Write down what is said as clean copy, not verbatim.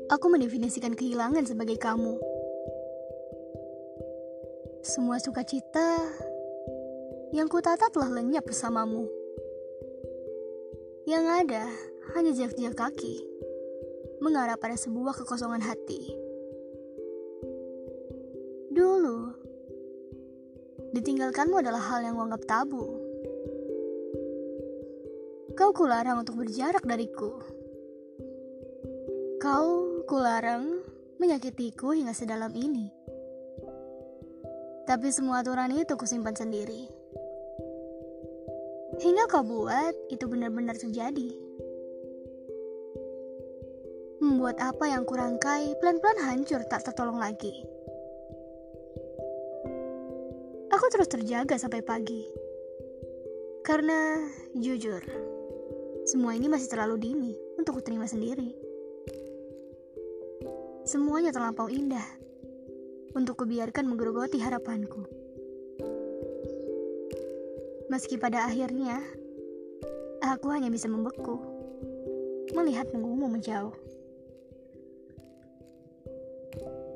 Aku mendefinisikan kehilangan sebagai kamu. Semua sukacita yang kutata telah lenyap bersamamu. Yang ada hanya jejak-jejak kaki mengarah pada sebuah kekosongan hati. Dulu, ditinggalkanmu adalah hal yang kuanggap tabu. Kau kularang untuk berjarak dariku. Kau kularang menyakitiku hingga sedalam ini. Tapi semua aturan itu kusimpan sendiri. Hingga kau buat itu benar-benar terjadi. Membuat apa yang kurangkai pelan-pelan hancur tak tertolong lagi. Aku terus terjaga sampai pagi. Karena jujur, semua ini masih terlalu dini untuk kuterima sendiri. Semuanya terlampau indah untuk kubiarkan menggerogoti harapanku. Meski pada akhirnya, aku hanya bisa membeku, melihat punggungmu menjauh.